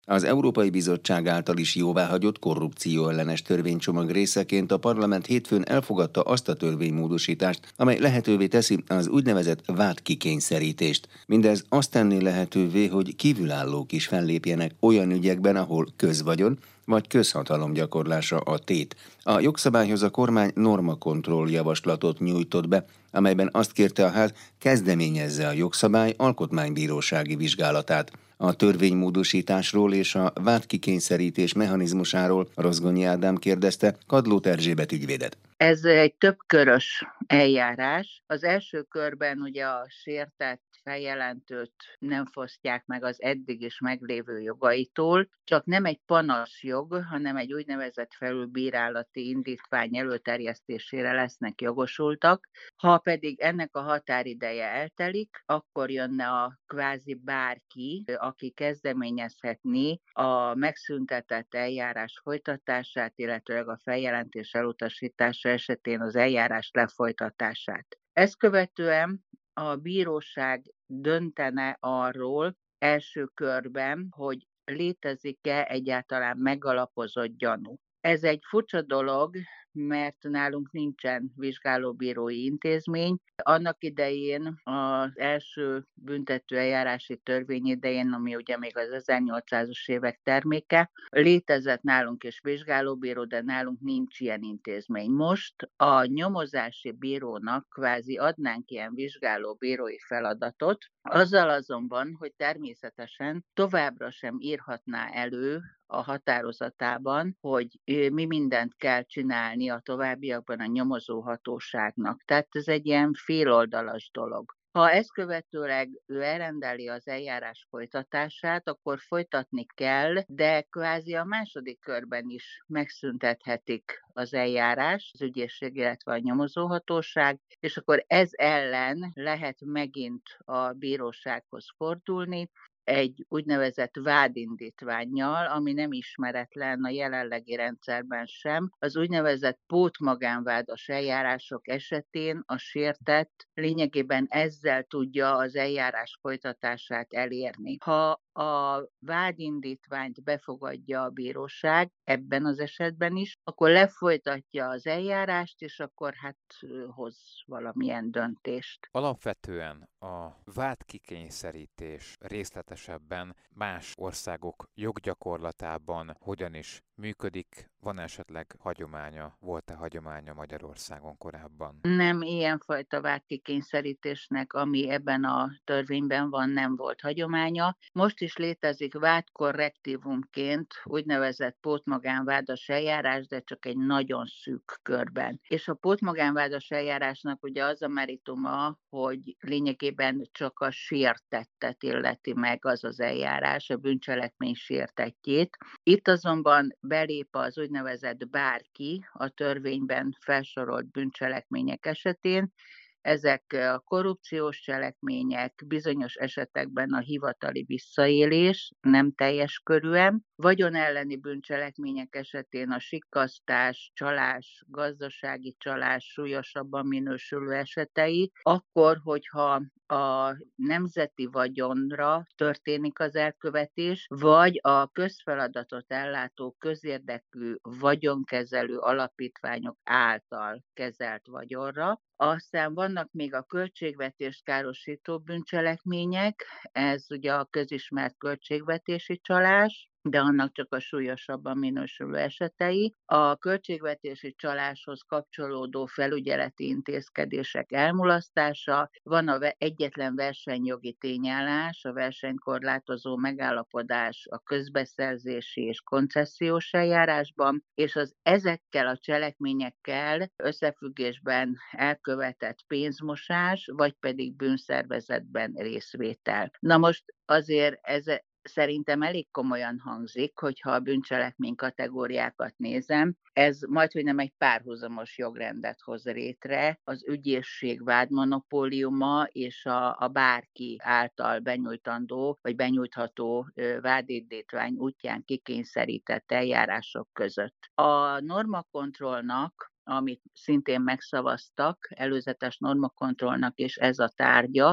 Az Európai Bizottság által is jóváhagyott korrupcióellenes törvénycsomag részeként a parlament hétfőn elfogadta azt a törvénymódosítást, amely lehetővé teszi az úgynevezett vádkikényszerítést. Mindez azt tenné lehetővé, hogy kívülállók is fellépjenek olyan ügyekben, ahol közvagyon vagy közhatalom gyakorlása a tét. A jogszabályhoz a kormány normakontroll javaslatot nyújtott be, amelyben azt kérte a ház, kezdeményezze a jogszabály alkotmánybírósági vizsgálatát. A törvénymódosításról és a vádkikényszerítés mechanizmusáról Rozgonyi Ádám kérdezte Kadlót Erzsébet ügyvédet. Ez egy többkörös eljárás. Az első körben ugye a sértett feljelentőt nem fosztják meg az eddig is meglévő jogaitól, csak nem egy panaszjog, hanem egy úgynevezett felülbírálati indítvány előterjesztésére lesznek jogosultak. Ha pedig ennek a határideje eltelik, akkor jönne a kvázi bárki, aki kezdeményezhetné a megszüntetett eljárás folytatását, illetőleg a feljelentés elutasítása esetén az eljárás lefolytatását. Ezt követően a bíróság döntene arról első körben, hogy létezik-e egyáltalán megalapozott gyanú. Ez egy furcsa dolog, mert nálunk nincsen vizsgálóbírói intézmény. Annak idején az első büntetőeljárási törvény idején, ami ugye még az 1800-as évek terméke, létezett nálunk is vizsgálóbíró, de nálunk nincs ilyen intézmény. Most a nyomozási bírónak kvázi adnánk ilyen vizsgálóbírói feladatot, azzal azonban, hogy természetesen továbbra sem írhatná elő a határozatában, hogy mi mindent kell csinálni a továbbiakban a nyomozó hatóságnak. Tehát ez egy ilyen féloldalas dolog. Ha ezt követőleg ő elrendeli az eljárás folytatását, akkor folytatni kell, de kvázi a második körben is megszüntethetik az eljárás, az ügyészség, illetve a nyomozóhatóság, és akkor ez ellen lehet megint a bírósághoz fordulni, egy úgynevezett vádindítvánnyal, ami nem ismeretlen a jelenlegi rendszerben sem. Az úgynevezett pótmagánvádas eljárások esetén a sértett lényegében ezzel tudja az eljárás folytatását elérni. Ha a vádindítványt befogadja a bíróság, ebben az esetben is, akkor lefolytatja az eljárást, és akkor hoz valamilyen döntést. Alapvetően a vádkikényszerítés részletesebben más országok joggyakorlatában hogyan is működik, van esetleg hagyománya, volt-e hagyománya Magyarországon korábban? Nem ilyenfajta vádkikényszerítésnek, ami ebben a törvényben van, nem volt hagyománya. Most is létezik vádkorrektívumként úgynevezett pótmagánvádas eljárás, de csak egy nagyon szűk körben. És a pótmagánvádas eljárásnak ugye az a merituma, hogy lényegében csak a sértettet illeti meg az az eljárás, a bűncselekmény sértettjét. Itt azonban belép az úgynevezett bárki a törvényben felsorolt bűncselekmények esetén. Ezek a korrupciós cselekmények, bizonyos esetekben a hivatali visszaélés, nem teljes körűen, vagyon elleni bűncselekmények esetén a sikkasztás, csalás, gazdasági csalás súlyosabban minősülő esetei, akkor, hogyha a nemzeti vagyonra történik az elkövetés, vagy a közfeladatot ellátó közérdekű vagyonkezelő alapítványok által kezelt vagyonra. Aztán vannak még a költségvetést károsító bűncselekmények, ez ugye a közismert költségvetési csalás, de annak csak a súlyosabban minősülő esetei. A költségvetési csaláshoz kapcsolódó felügyeleti intézkedések elmulasztása, van egyetlen versenyjogi tényállás, a versenykorlátozó megállapodás a közbeszerzési és koncesziós eljárásban, és az ezekkel a cselekményekkel összefüggésben elkövetett pénzmosás, vagy pedig bűnszervezetben részvétel. Na most azért ez szerintem elég komolyan hangzik, hogyha a bűncselekmény kategóriákat nézem. Ez majdhogy nem egy párhuzamos jogrendet hoz létre, az ügyészség vádmonopóliuma és a bárki által benyújtandó vagy benyújtható vádindítvány útján kikényszerített eljárások között. A normakontrollnak, amit szintén megszavaztak, előzetes normakontrollnak, és ez a tárgya,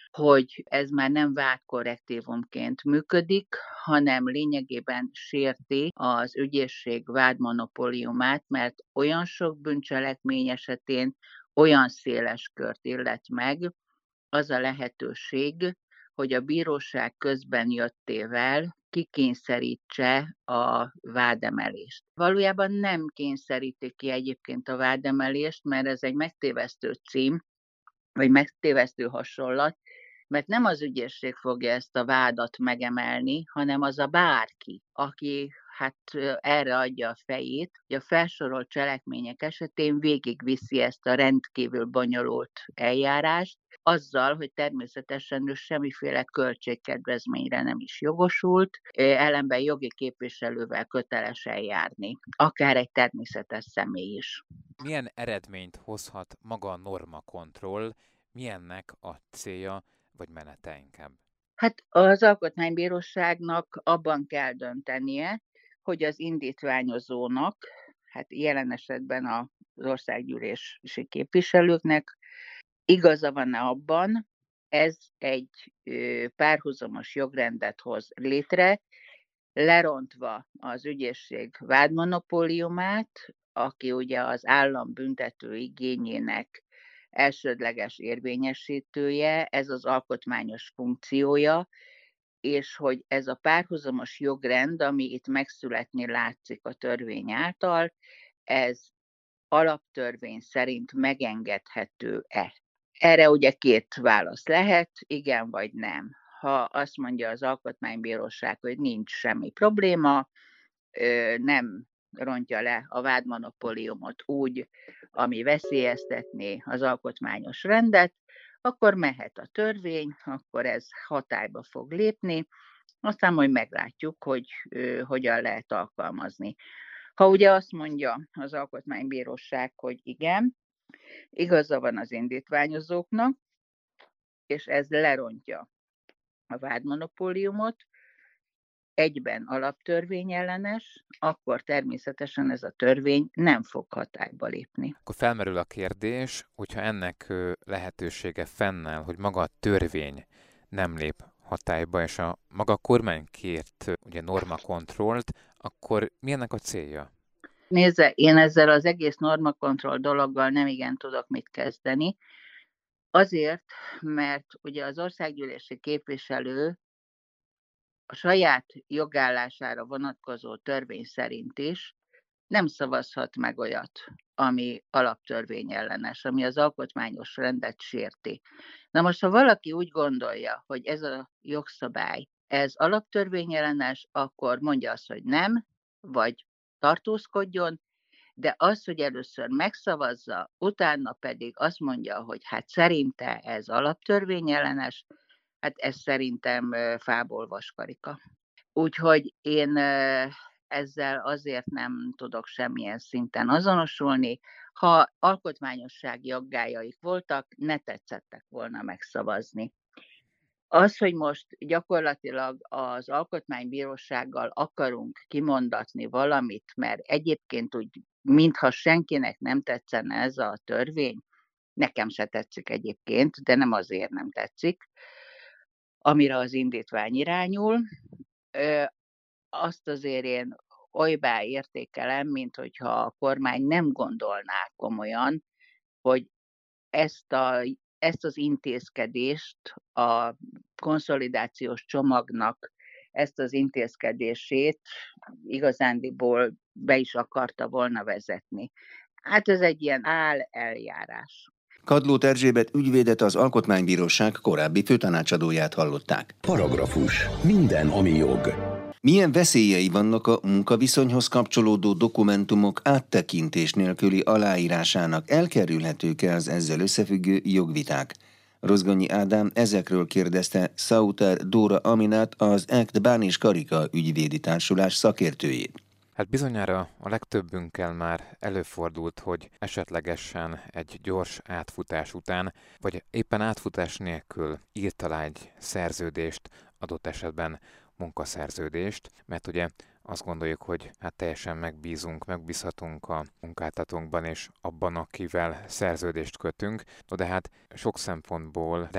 hogy ez már nem vádkorrektívumként működik, hanem lényegében sérti az ügyészség vádmonopóliumát, mert olyan sok bűncselekmény esetén olyan széles kört illet meg az a lehetőség, hogy a bíróság közben jöttével kikényszerítse a vádemelést. Valójában nem kényszeríti ki egyébként a vádemelést, mert ez egy megtévesztő cím, vagy megtévesztő hasonlat, mert nem az ügyészség fogja ezt a vádat megemelni, hanem az a bárki, aki erre adja a fejét, hogy a felsorolt cselekmények esetén végigviszi ezt a rendkívül bonyolult eljárást, azzal, hogy természetesen ő semmiféle költségkedvezményre nem is jogosult, ellenben jogi képviselővel köteles eljárni, akár egy természetes személy is. Milyen eredményt hozhat maga a normakontroll, milyennek a célja vagy menete inkább? Hát az Alkotmánybíróságnak abban kell döntenie, hogy az indítványozónak, jelen esetben az országgyűlési képviselőknek igaza van-e abban, ez egy párhuzamos jogrendet hoz létre, lerontva az ügyészség vádmonopóliumát, aki ugye az állam büntető igényének elsődleges érvényesítője, ez az alkotmányos funkciója, és hogy ez a párhuzamos jogrend, ami itt megszületni látszik a törvény által, ez alaptörvény szerint megengedhető-e? Erre ugye két válasz lehet, igen vagy nem. Ha azt mondja az Alkotmánybíróság, hogy nincs semmi probléma, nem rontja le a vádmonopóliumot úgy, ami veszélyeztetné az alkotmányos rendet, akkor mehet a törvény, akkor ez hatályba fog lépni, aztán majd meglátjuk, hogy hogyan lehet alkalmazni. Ha ugye azt mondja az Alkotmánybíróság, hogy igen, igaza van az indítványozóknak, és ez lerontja a vádmonopóliumot, egyben alaptörvényellenes, akkor természetesen ez a törvény nem fog hatályba lépni. Akkor felmerül a kérdés, hogyha ennek lehetősége fennáll, hogy maga a törvény nem lép hatályba, és a maga kormány kért ugye normakontrollt, akkor mi ennek a célja? Nézze, én ezzel az egész normakontroll dologgal nem igen tudok mit kezdeni. Azért, mert ugye az országgyűlési képviselő a saját jogállására vonatkozó törvény szerint is nem szavazhat meg olyat, ami alaptörvényellenes, ami az alkotmányos rendet sérti. Na most, ha valaki úgy gondolja, hogy ez a jogszabály, ez alaptörvényellenes, akkor mondja azt, hogy nem, vagy tartózkodjon, de az, hogy először megszavazza, utána pedig azt mondja, hogy szerinte ez alaptörvényellenes, ez szerintem fából vaskarika. Úgyhogy én ezzel azért nem tudok semmilyen szinten azonosulni. Ha alkotmányossági aggályaik voltak, ne tetszettek volna megszavazni. Az, hogy most gyakorlatilag az Alkotmánybírósággal akarunk kimondatni valamit, mert egyébként úgy, mintha senkinek nem tetszene ez a törvény, nekem se tetszik egyébként, de nem azért nem tetszik, amire az indítvány irányul, azt azért én olybá értékelem, mint hogyha a kormány nem gondolná komolyan, hogy ezt az intézkedést, a konszolidációs csomagnak ezt az intézkedését igazándiból be is akarta volna vezetni. Ez egy ilyen eljárás. Kadlót Erzsébet ügyvédet, az Alkotmánybíróság korábbi főtanácsadóját hallották. Paragrafus. Minden, ami jog. Milyen veszélyei vannak a munkaviszonyhoz kapcsolódó dokumentumok áttekintés nélküli aláírásának? Elkerülhetők-e az ezzel összefüggő jogviták? Rozgonyi Ádám ezekről kérdezte Sauter Dóra Aminát, az ACT Bán és Karika ügyvédi társulás szakértőjét. Bizonyára a legtöbbünkkel már előfordult, hogy esetlegesen egy gyors átfutás után, vagy éppen átfutás nélkül írt alá egy szerződést, adott esetben munkaszerződést, mert ugye azt gondoljuk, hogy teljesen megbízhatunk a munkáltatónkban és abban, akivel szerződést kötünk, de sok szempontból rejt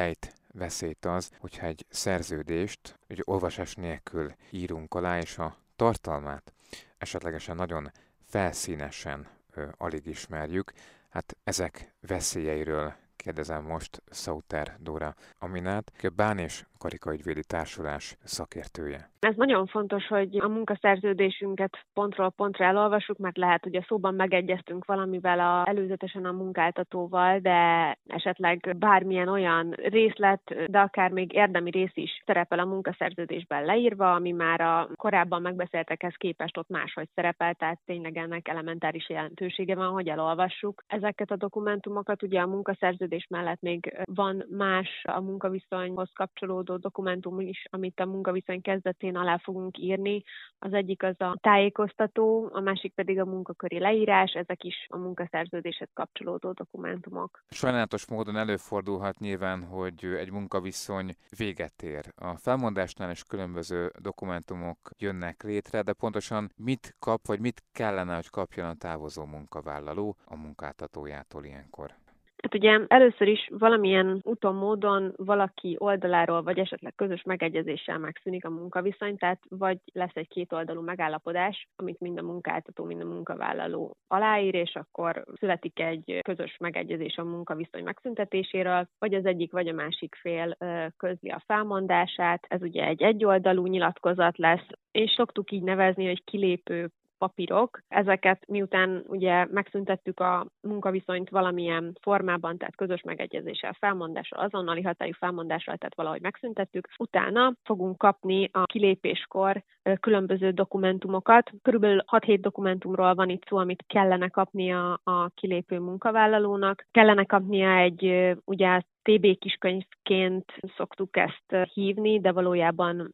veszélyt az, hogyha egy szerződést egy olvasás nélkül írunk alá, és a tartalmát esetlegesen nagyon felszínesen alig ismerjük. Hát ezek veszélyeiről kérdezem most Sauter Dóra Aminát, aki a Bán és Karika Ügyvédi Társulás szakértője. Ez nagyon fontos, hogy a munkaszerződésünket pontról pontra elolvassuk, mert lehet, hogy a szóban megegyeztünk valamivel előzetesen a munkáltatóval, de esetleg bármilyen olyan részlet, de akár még érdemi rész is szerepel a munkaszerződésben leírva, ami már a korábban megbeszéltekhez képest ott máshogy szerepel, tehát tényleg ennek elementáris jelentősége van, hogy elolvassuk ezeket a dokumentumokat. Ugye a munkaszerződés mellett még van más a munkaviszonyhoz kapcsolódó dokumentum is, amit a munkaviszony kezdetén alá fogunk írni. Az egyik az a tájékoztató, a másik pedig a munkaköri leírás, ezek is a munkaszerződéshez kapcsolódó dokumentumok. Sajnálatos módon előfordulhat nyilván, hogy egy munkaviszony véget ér. A felmondásnál is különböző dokumentumok jönnek létre, de pontosan mit kap, vagy mit kellene, hogy kapjon a távozó munkavállaló a munkáltatójától ilyenkor? Hát ugye először is valamilyen úton, módon valaki oldaláról, vagy esetleg közös megegyezéssel megszűnik a munkaviszony, tehát vagy lesz egy kétoldalú megállapodás, amit mind a munkáltató, mind a munkavállaló aláír, és akkor születik egy közös megegyezés a munkaviszony megszüntetéséről, vagy az egyik, vagy a másik fél közli a felmondását. Ez ugye egy egyoldalú nyilatkozat lesz, és szoktuk így nevezni, hogy kilépő papírok. Ezeket miután ugye megszüntettük a munkaviszonyt valamilyen formában, tehát közös megegyezéssel, felmondással, azonnali hatályú felmondással, tehát valahogy megszüntettük. Utána fogunk kapni a kilépéskor különböző dokumentumokat. Körülbelül 6-7 dokumentumról van itt szó, amit kellene kapnia a kilépő munkavállalónak. Kellene kapnia egy, ugye TB kiskönyvként szoktuk ezt hívni, de valójában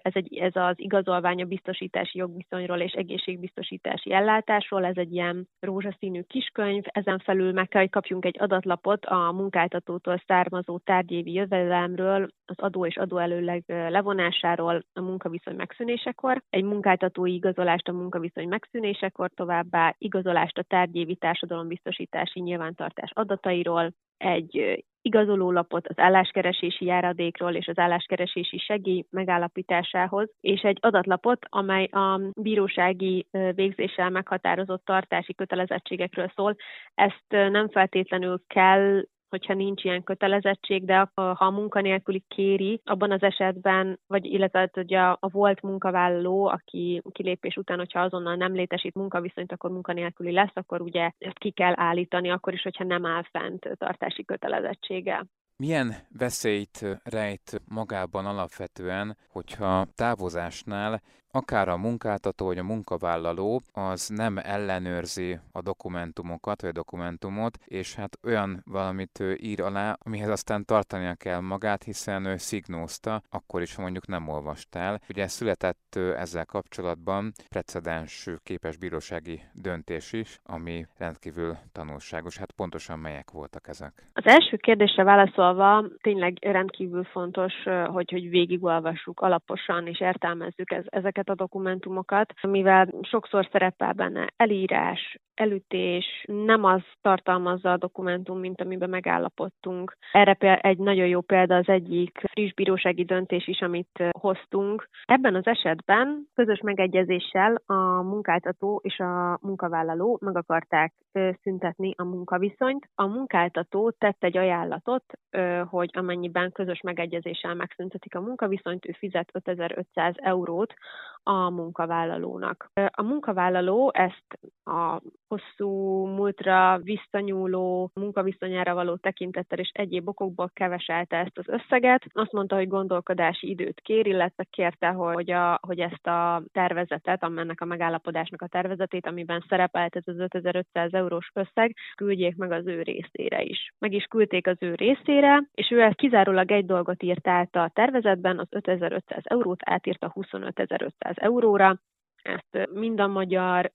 ez az igazolvány a biztosítási jogviszonyról és egészségbiztosítási ellátásról, ez egy ilyen rózsaszínű kiskönyv, ezen felül meg kell, hogy kapjunk egy adatlapot a munkáltatótól származó tárgyévi jövedelemről, az adó és adóelőleg levonásáról a munkaviszony megszűnésekor, egy munkáltatói igazolást a munkaviszony megszűnésekor, továbbá igazolást a tárgyévi társadalombiztosítási nyilvántartás adatairól, egy igazolólapot az álláskeresési járadékról és az álláskeresési segély megállapításához, és egy adatlapot, amely a bírósági végzéssel meghatározott tartási kötelezettségekről szól. Ezt nem feltétlenül kell, hogyha nincs ilyen kötelezettség, de ha a munkanélküli kéri, abban az esetben, vagy illetve hogy a volt munkavállaló, aki kilépés után, hogyha azonnal nem létesít munkaviszonyt, akkor munkanélküli lesz, akkor ugye ezt ki kell állítani, akkor is, hogyha nem áll fent tartási kötelezettsége. Milyen veszélyt rejt magában alapvetően, hogyha távozásnál akár a munkáltató vagy a munkavállaló az nem ellenőrzi a dokumentumokat vagy a dokumentumot, és hát olyan valamit ír alá, amihez aztán tartania kell magát, hiszen ő szignózta, akkor is, ha mondjuk nem olvastál. Ugye született ezzel kapcsolatban precedens képes bírósági döntés is, ami rendkívül tanulságos. Hát pontosan melyek voltak ezek? Az első kérdésre válaszolva tényleg rendkívül fontos, hogy végigolvassuk alaposan és értelmezzük ezeket a dokumentumokat, mivel sokszor szerepel benne elírás, elütés, nem az tartalmazza a dokumentum, mint amiben megállapodtunk. Erre egy nagyon jó példa az egyik friss bírósági döntés is, amit hoztunk. Ebben az esetben közös megegyezéssel a munkáltató és a munkavállaló meg akarták szüntetni a munkaviszonyt. A munkáltató tett egy ajánlatot, hogy amennyiben közös megegyezéssel megszüntetik a munkaviszonyt, ő fizet 5500 eurót a munkavállalónak. A munkavállaló ezt a hosszú múltra visszanyúló munkaviszonyára való tekintettel és egyéb okokból keveselte ezt az összeget. Azt mondta, hogy gondolkodási időt kér, illetve kérte, hogy ezt a tervezetet, ennek a megállapodásnak a tervezetét, amiben szerepelt ez az 5500 eurós összeg, küldjék meg az ő részére is. Meg is küldték az ő részére, és ő kizárólag egy dolgot írt át a tervezetben, az 5500 eurót átírta 25500 euróra. Ezt mind a magyar,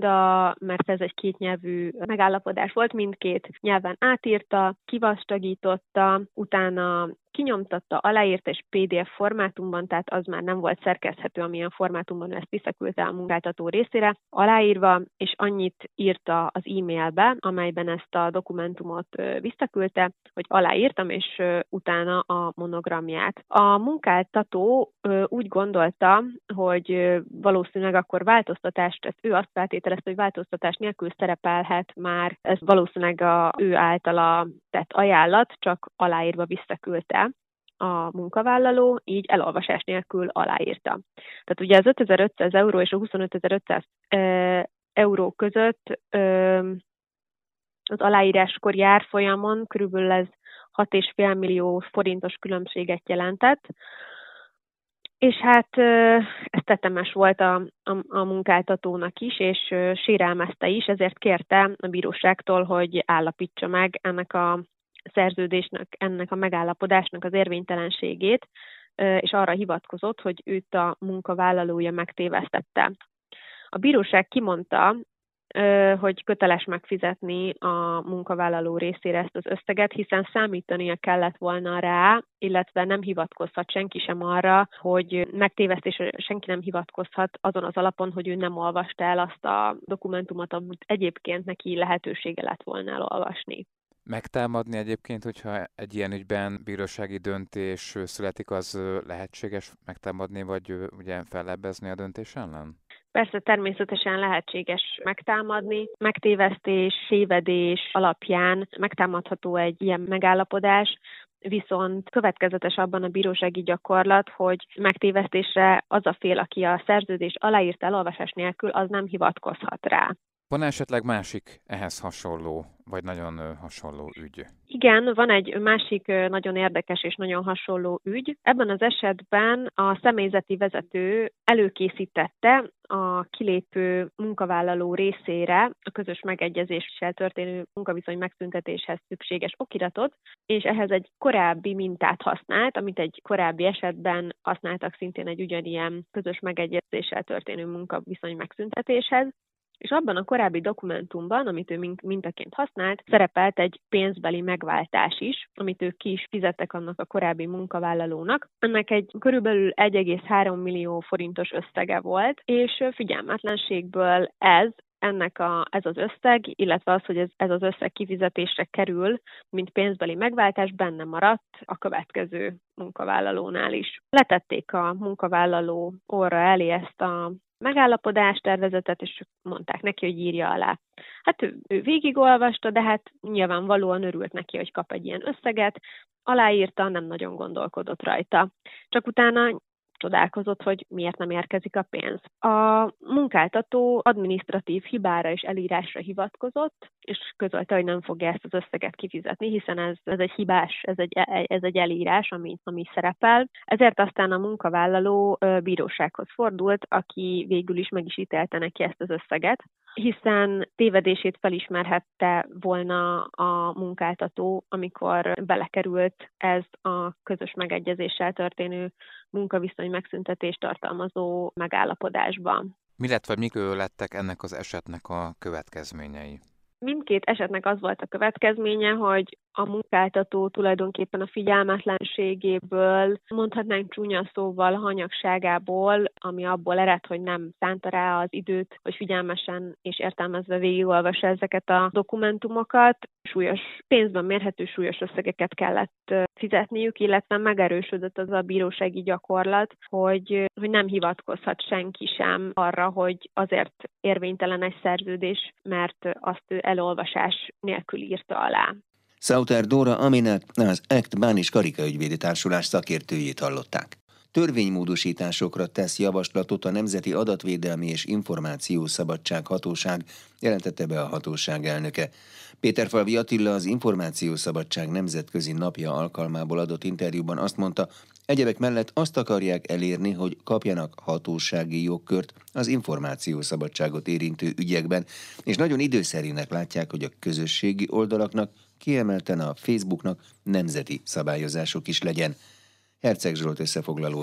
mert ez egy kétnyelvű megállapodás volt, mindkét nyelven átírta, kivastagította, utána kinyomtatta, aláírta és PDF formátumban, tehát az már nem volt szerkeszthető, amilyen formátumban ő ezt visszaküldte a munkáltató részére, aláírva, és annyit írta az e-mailbe, amelyben ezt a dokumentumot visszaküldte, hogy aláírtam, és utána a monogramját. A munkáltató úgy gondolta, hogy valószínűleg akkor változtatást, ezt ő azt feltételezte, hogy változtatás nélkül szerepelhet már, ez valószínűleg ő általa tett ajánlat, csak aláírva visszaküldte a munkavállaló, így elolvasás nélkül aláírta. Tehát ugye az 5500 euró és a 25.500 euró között az aláíráskor járfolyamon körülbelül ez 6,5 millió forintos különbséget jelentett, és hát ez tetemes volt a munkáltatónak is, és sérelmezte is, ezért kérte a bíróságtól, hogy állapítsa meg ennek a szerződésnek, ennek a megállapodásnak az érvénytelenségét, és arra hivatkozott, hogy őt a munkavállalója megtévesztette. A bíróság kimondta, hogy köteles megfizetni a munkavállaló részére ezt az összeget, hiszen számítania kellett volna rá, illetve nem hivatkozhat senki sem arra, hogy megtévesztés, senki nem hivatkozhat azon az alapon, hogy ő nem olvasta el azt a dokumentumot, amit egyébként neki lehetősége lett volna elolvasni. Megtámadni egyébként, hogyha egy ilyen ügyben bírósági döntés születik, az lehetséges megtámadni, vagy ugye fellebbezni a döntés ellen? Persze természetesen lehetséges megtámadni. Megtévesztés, tévedés alapján megtámadható egy ilyen megállapodás, viszont következetes abban a bírósági gyakorlat, hogy megtévesztésre az a fél, aki a szerződés aláírt elolvasás nélkül, az nem hivatkozhat rá. Van esetleg másik ehhez hasonló, vagy nagyon hasonló ügy? Igen, van egy másik nagyon érdekes és nagyon hasonló ügy. Ebben az esetben a személyzeti vezető előkészítette a kilépő munkavállaló részére a közös megegyezéssel történő munkaviszony megszüntetéshez szükséges okiratot, és ehhez egy korábbi mintát használt, amit egy korábbi esetben használtak szintén egy ugyanilyen közös megegyezéssel történő munkaviszony megszüntetéshez. És abban a korábbi dokumentumban, amit ő mintaként használt, szerepelt egy pénzbeli megváltás is, amit ők ki is fizettek annak a korábbi munkavállalónak. Ennek egy körülbelül 1,3 millió forintos összege volt, és figyelmetlenségből ez az összeg, illetve az, hogy ez az összeg kifizetésre kerül, mint pénzbeli megváltás, benne maradt a következő munkavállalónál is. Letették a munkavállaló orra elé ezt a megállapodástervezetet, és mondták neki, hogy írja alá. Hát ő végigolvasta, de hát nyilvánvalóan örült neki, hogy kap egy ilyen összeget, aláírta, nem nagyon gondolkodott rajta. Csak utána csodálkozott, hogy miért nem érkezik a pénz. A munkáltató adminisztratív hibára és elírásra hivatkozott, és közölte, hogy nem fogja ezt az összeget kifizetni, hiszen ez egy hibás, ez egy elírás, ami szerepel. Ezért aztán a munkavállaló bírósághoz fordult, aki végül is meg is ítélte neki ezt az összeget, hiszen tévedését felismerhette volna a munkáltató, amikor belekerült ez a közös megegyezéssel történő munkaviszony megszüntetést tartalmazó megállapodásban. Mi lett, vagy mik lettek ennek az esetnek a következményei? Mindkét esetnek az volt a következménye, hogy a munkáltató tulajdonképpen a figyelmetlenségéből, mondhatnánk csúnya szóval, hanyagságából, ami abból ered, hogy nem szánta rá az időt, hogy figyelmesen és értelmezve végigolvassa ezeket a dokumentumokat. Súlyos, pénzben mérhető súlyos összegeket kellett fizetniük, illetve megerősödött az a bírósági gyakorlat, hogy nem hivatkozhat senki sem arra, hogy azért érvénytelen egy szerződés, mert azt ő elolvasás nélkül írta alá. Sauter Dóra Aminát, az ACT Bán- Karikaügyvédi Társulás szakértőjét hallották. Törvénymódosításokra tesz javaslatot a Nemzeti Adatvédelmi és Információszabadság Hatóság, jelentette be a hatóság elnöke. Péterfalvi Attila az Információszabadság nemzetközi napja alkalmából adott interjúban azt mondta, egyebek mellett azt akarják elérni, hogy kapjanak hatósági jogkört az információszabadságot érintő ügyekben, és nagyon időszerűnek látják, hogy a közösségi oldalaknak, kiemelten a Facebooknak nemzeti szabályozások is legyen. Herceg Zsolt összefoglalója.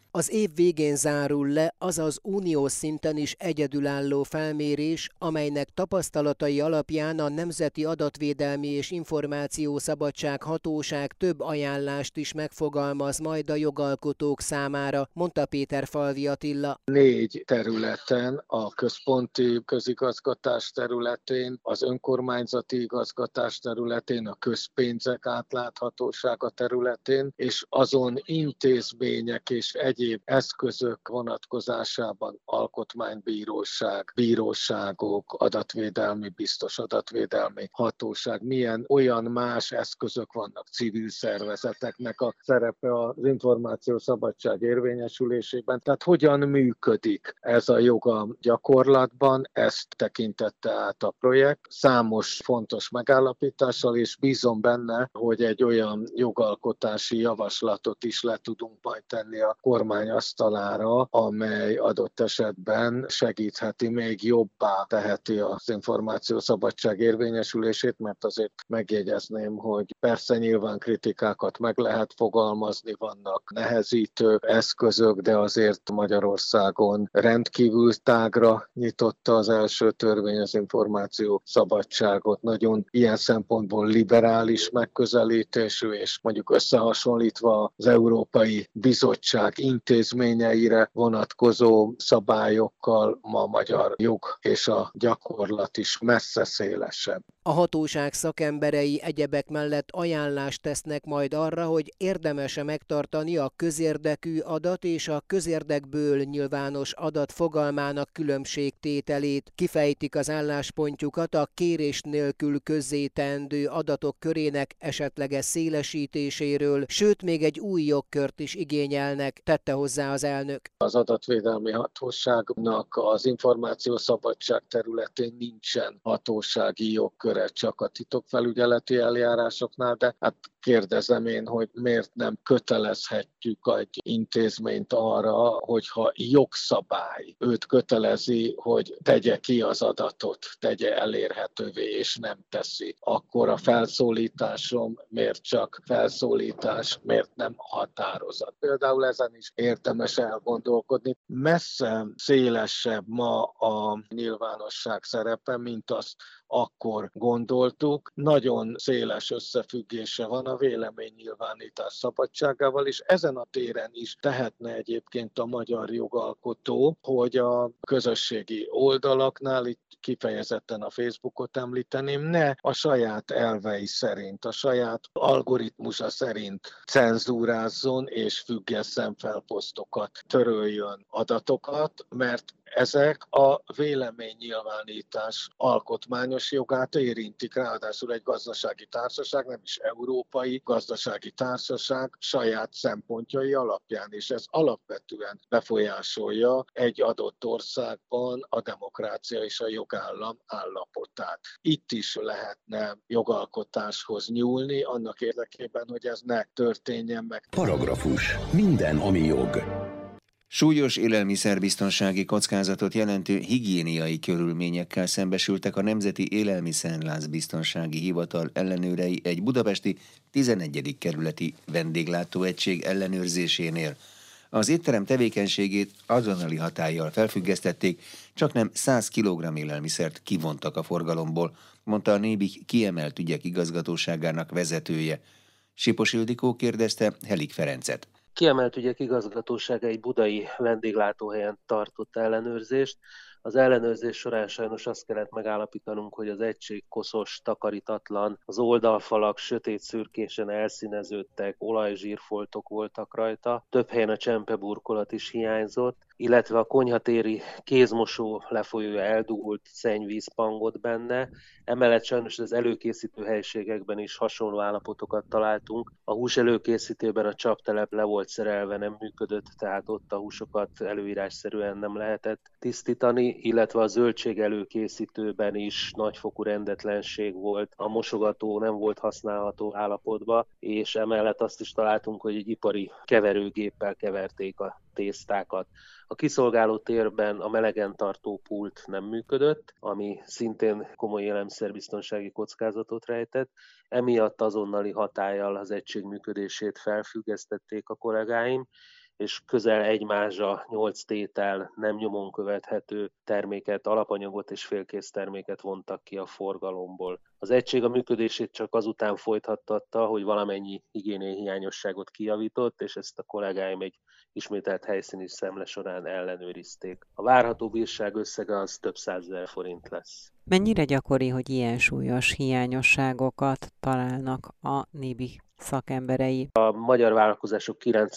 Az év végén zárul le az az uniós szinten is egyedülálló felmérés, amelynek tapasztalatai alapján a Nemzeti Adatvédelmi és Információszabadság Hatóság több ajánlást is megfogalmaz majd a jogalkotók számára, mondta Péterfalvi Attila. 4 területen, a központi közigazgatás területén, az önkormányzati igazgatás területén, a közpénzek átláthatósága területén, és azon intézmények és egyéb eszközök vonatkozásában alkotmánybíróság, bíróságok, adatvédelmi biztos, adatvédelmi hatóság, milyen olyan más eszközök vannak, civil szervezeteknek a szerepe az információszabadság érvényesülésében, tehát hogyan működik ez a jog a gyakorlatban, ezt tekintette át a projekt, számos fontos megállapítással, és bízom benne, hogy egy olyan jogalkotási javaslatot is le tudunk majd tenni a kormány asztalára, amely adott esetben segítheti, még jobbá teheti az információszabadság érvényesülését, mert azért megjegyezném, hogy persze nyilván kritikákat meg lehet fogalmazni, vannak nehezítő eszközök, de azért Magyarországon rendkívül tágra nyitotta az első törvény az információszabadságot, nagyon ilyen szempontból liberális megközelítésű, és mondjuk összehasonlítva az Európai Bizottság intézményeire vonatkozó szabályokkal ma a magyar jog és a gyakorlat is messze szélesebb. A hatóság szakemberei egyebek mellett ajánlást tesznek majd arra, hogy érdemes-e megtartani a közérdekű adat és a közérdekből nyilvános adat fogalmának különbségtételét. Kifejtik az álláspontjukat a kérés nélkül közzéteendő adatok körének esetleges szélesítéséről, sőt még egy új jogkört is igényelnek, tette hozzá az elnök. Az adatvédelmi hatóságnak az információszabadság területén nincsen hatósági jogköre, csak a titokfelügyeleti eljárásoknál, de hát kérdezem én, hogy miért nem kötelezhetjük egy intézményt arra, hogyha jogszabály őt kötelezi, hogy tegye ki az adatot, tegye elérhetővé, és nem teszi. Akkor a felszólításom miért csak felszólítás, miért nem határozat? Például ezen is érdemes elgondolkodni. Messze szélesebb ma a nyilvánosság szerepe, mint azt akkor gondoltuk. Nagyon széles összefüggése van a véleménynyilvánítás szabadságával, és ezen a téren is tehetne egyébként a magyar jogalkotó, hogy a közösségi oldalaknál, itt kifejezetten a Facebookot említeném, ne a saját elvei szerint, a saját algoritmusa szerint cenzúrázzon és függesszen fel posztokat, töröljön adatokat, mert ezek a véleménynyilvánítás alkotmányos jogát érintik, ráadásul egy gazdasági társaság, nem is európai gazdasági társaság saját szempontjai alapján, és ez alapvetően befolyásolja egy adott országban a demokrácia és a jogállam állapotát. Itt is lehetne jogalkotáshoz nyúlni, annak érdekében, hogy ez ne történjen meg. Paragrafus. Minden, ami jog. Súlyos élelmiszerbiztonsági kockázatot jelentő higiéniai körülményekkel szembesültek a Nemzeti Élelmiszerlánc-biztonsági Hivatal ellenőrei egy budapesti 11. kerületi vendéglátóegység ellenőrzésénél. Az étterem tevékenységét azonnali hatállyal felfüggesztették, csaknem 100 kg élelmiszert kivontak a forgalomból, mondta a Nébik kiemelt ügyek igazgatóságának vezetője. Sipos Ildikó kérdezte Helik Ferencet. Kiemelt ügyek igazgatósága egy budai vendéglátóhelyen tartott ellenőrzést. Az ellenőrzés során sajnos azt kellett megállapítanunk, hogy az egység koszos, takarítatlan, az oldalfalak sötét szürkésen elszíneződtek, olajzsírfoltok voltak rajta, több helyen a csempeburkolat is hiányzott, illetve a konyhatéri kézmosó lefolyója eldugult, szennyvíz pangott benne. Emellett sajnos az előkészítő helyiségekben is hasonló állapotokat találtunk. A hús előkészítőben a csaptelep le volt szerelve, nem működött, tehát ott a húsokat előírásszerűen nem lehetett tisztítani, illetve a zöldség előkészítőben is nagyfokú rendetlenség volt. A mosogató nem volt használható állapotban, és emellett azt is találtunk, hogy egy ipari keverőgéppel keverték a tésztákat. A kiszolgáló térben a melegen tartó pult nem működött, ami szintén komoly élelmiszerbiztonsági kockázatot rejtett. Emiatt azonnali hatállyal az egység működését felfüggesztették a kollégáim, és közel egy mázsa 8 tétel nem nyomon követhető terméket, alapanyagot és félkész terméket vontak ki a forgalomból. Az egység a működését csak azután folytatta, hogy valamennyi higiéniai hiányosságot kijavított, és ezt a kollégáim egy ismételt helyszíni szemle során ellenőrizték. A várható bírság összege az több 100 000 forint lesz. Mennyire gyakori, hogy ilyen súlyos hiányosságokat találnak a NIBI szakemberei? A magyar vállalkozások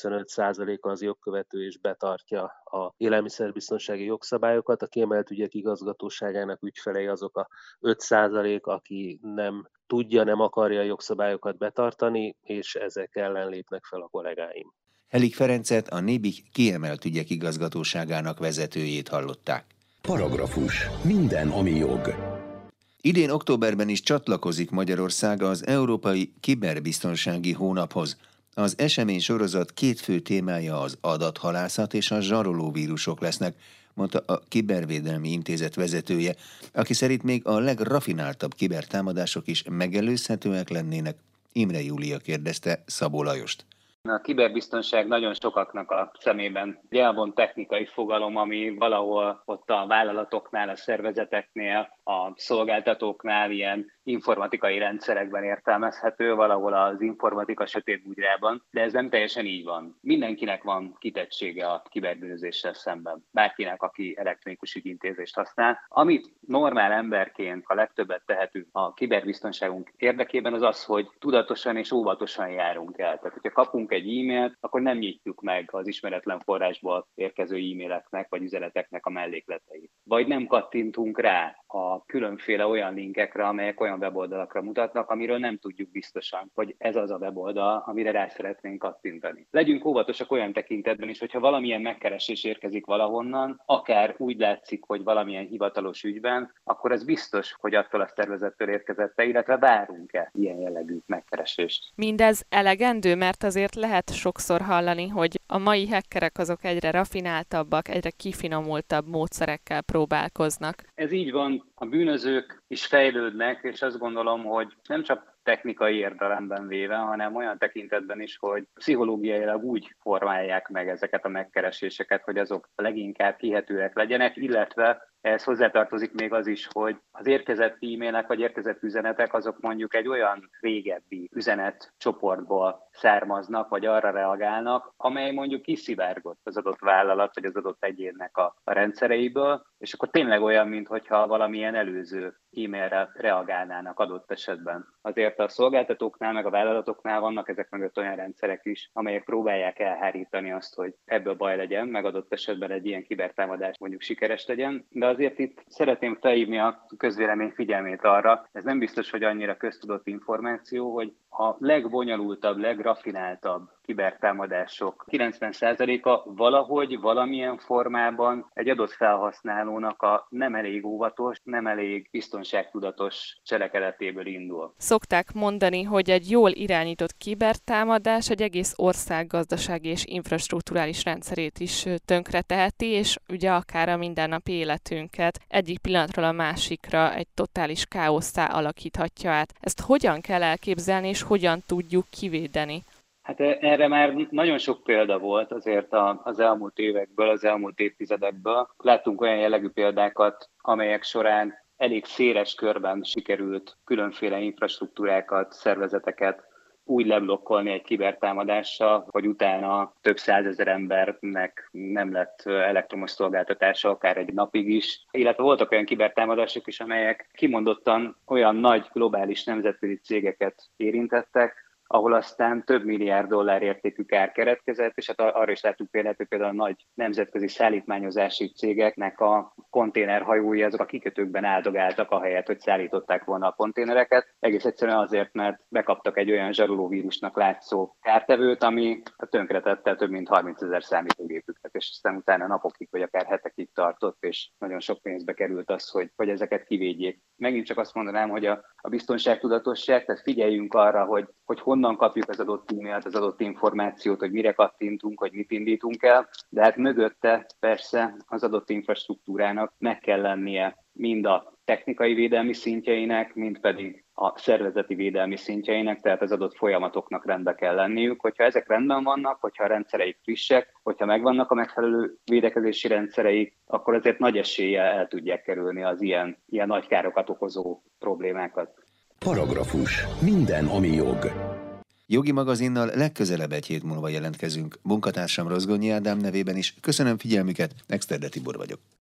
95%-a az jogkövető és betartja a élelmiszerbiztonsági jogszabályokat. A kiemelt ügyek igazgatóságának ügyfelei azok a 5%, aki nem tudja, nem akarja a jogszabályokat betartani, és ezek ellen lépnek fel a kollégáim. Helik Ferencet, a NIBI kiemelt ügyek igazgatóságának vezetőjét hallották. Paragrafus. Minden, ami jog. Idén októberben is csatlakozik Magyarország az Európai Kiberbiztonsági Hónaphoz. Az esemény sorozat két fő témája az adathalászat és a zsarolóvírusok lesznek, mondta a Kibervédelmi Intézet vezetője, aki szerint még a legrafináltabb kibertámadások is megelőzhetőek lennének. Imre Júlia kérdezte Szabó Lajost. A kiberbiztonság nagyon sokaknak a szemében egy elvont technikai fogalom, ami valahol ott a vállalatoknál, a szervezeteknél, a szolgáltatóknál ilyen informatikai rendszerekben értelmezhető, valahol az informatika sötét bugyrában, de ez nem teljesen így van. Mindenkinek van kitettsége a kiberbűnözéssel szemben. Bárkinek, aki elektronikus ügyintézést használ. Amit normál emberként a legtöbbet tehetünk a kiberbiztonságunk érdekében, az az, hogy tudatosan és óvatosan járunk el. Tehát, hogyha kapunk egy e-mailt, akkor nem nyitjuk meg az ismeretlen forrásból érkező e-maileknek vagy üzeneteknek a mellékleteit. Vagy nem kattintunk rá a különféle olyan linkekre, amelyek olyan weboldalakra mutatnak, amiről nem tudjuk biztosan, hogy ez az a weboldal, amire rá szeretnénk kattintani. Legyünk óvatosak olyan tekintetben is, hogyha valamilyen megkeresés érkezik valahonnan, akár úgy látszik, hogy valamilyen hivatalos ügyben, akkor ez biztos, hogy attól a szervezettől érkezett-e, illetve várunk-e ilyen jellegű megkeresést. Mindez elegendő, mert azért lehet sokszor hallani, hogy a mai hackerek azok egyre rafináltabbak, egyre kifinomultabb módszerekkel próbálkoznak. Ez így van, a bűnözők is fejlődnek, és azt gondolom, hogy nem csak technikai értelemben véve, hanem olyan tekintetben is, hogy pszichológiailag úgy formálják meg ezeket a megkereséseket, hogy azok leginkább hihetőek legyenek, illetve ehhez hozzátartozik még az is, hogy az érkezett e-mailek vagy érkezett üzenetek azok mondjuk egy olyan régebbi üzenetcsoportból származnak, vagy arra reagálnak, amely mondjuk kiszivárgott az adott vállalat, vagy az adott egyénnek a rendszereiből, és akkor tényleg olyan, mintha valamilyen előző e-mailre reagálnának adott esetben. Azért a szolgáltatóknál, meg a vállalatoknál vannak ezek mögött olyan rendszerek is, amelyek próbálják elhárítani azt, hogy ebből baj legyen, meg adott esetben egy ilyen kibertámadás mondjuk sikeres legyen. De azért itt szeretném felhívni a közvélemény figyelmét arra, ez nem biztos, hogy annyira köztudott információ, hogy a legbonyolultabb, legrafináltabb kibertámadások 90%-a valahogy, valamilyen formában egy adott felhasználónak a nem elég óvatos, nem elég biztonságtudatos cselekedetéből indul. Szokták mondani, hogy egy jól irányított kibertámadás egy egész ország gazdasági és infrastrukturális rendszerét is tönkreteheti, és ugye akár a mindennapi életünket egyik pillanatról a másikra egy totális káosszá alakíthatja át. Ezt hogyan kell elképzelni, és hogyan tudjuk kivédeni? Hát erre már nagyon sok példa volt azért az elmúlt évekből, az elmúlt évtizedekből. Láttunk olyan jellegű példákat, amelyek során elég széles körben sikerült különféle infrastruktúrákat, szervezeteket úgy leblokkolni egy kibertámadással, hogy utána több 100 000 embernek nem lett elektromos szolgáltatása, akár egy napig is. Illetve voltak olyan kibertámadások is, amelyek kimondottan olyan nagy globális nemzetközi cégeket érintettek, ahol aztán több milliárd dollár értékű kár keretkezett, és hát arra is láttuk példát, hogy például a nagy nemzetközi szállítmányozási cégeknek a konténerhajói azok a kikötőkben áldogáltak ahelyett, hogy szállították volna a konténereket. Egész egyszerűen azért, mert bekaptak egy olyan zsarolóvírusnak látszó kártevőt, ami tönkretette több mint 30 000 számítógépüket, és aztán utána napokig vagy akár hetekig tartott, és nagyon sok pénzbe került az, hogy ezeket kivédjék. Megint csak azt mondanám, hogy a biztonságtudatosság, tehát figyeljünk arra, hogy honnan kapjuk az adott e-mailt, az adott információt, hogy mire kattintunk, hogy mit indítunk el, de hát mögötte persze az adott infrastruktúrának meg kell lennie mind a technikai védelmi szintjeinek, mind pedig a szervezeti védelmi szintjeinek, tehát az adott folyamatoknak rendbe kell lenniük. Hogyha ezek rendben vannak, hogyha a rendszereik frissek, hogyha megvannak a megfelelő védekezési rendszereik, akkor azért nagy eséllyel el tudják kerülni az ilyen nagy károkat okozó problémákat. Paragrafus. Minden, ami jog. Jogi magazinnal legközelebb egy hét múlva jelentkezünk. Munkatársam Rozgonyi Ádám nevében is köszönöm figyelmüket, Exterde Tibor vagyok.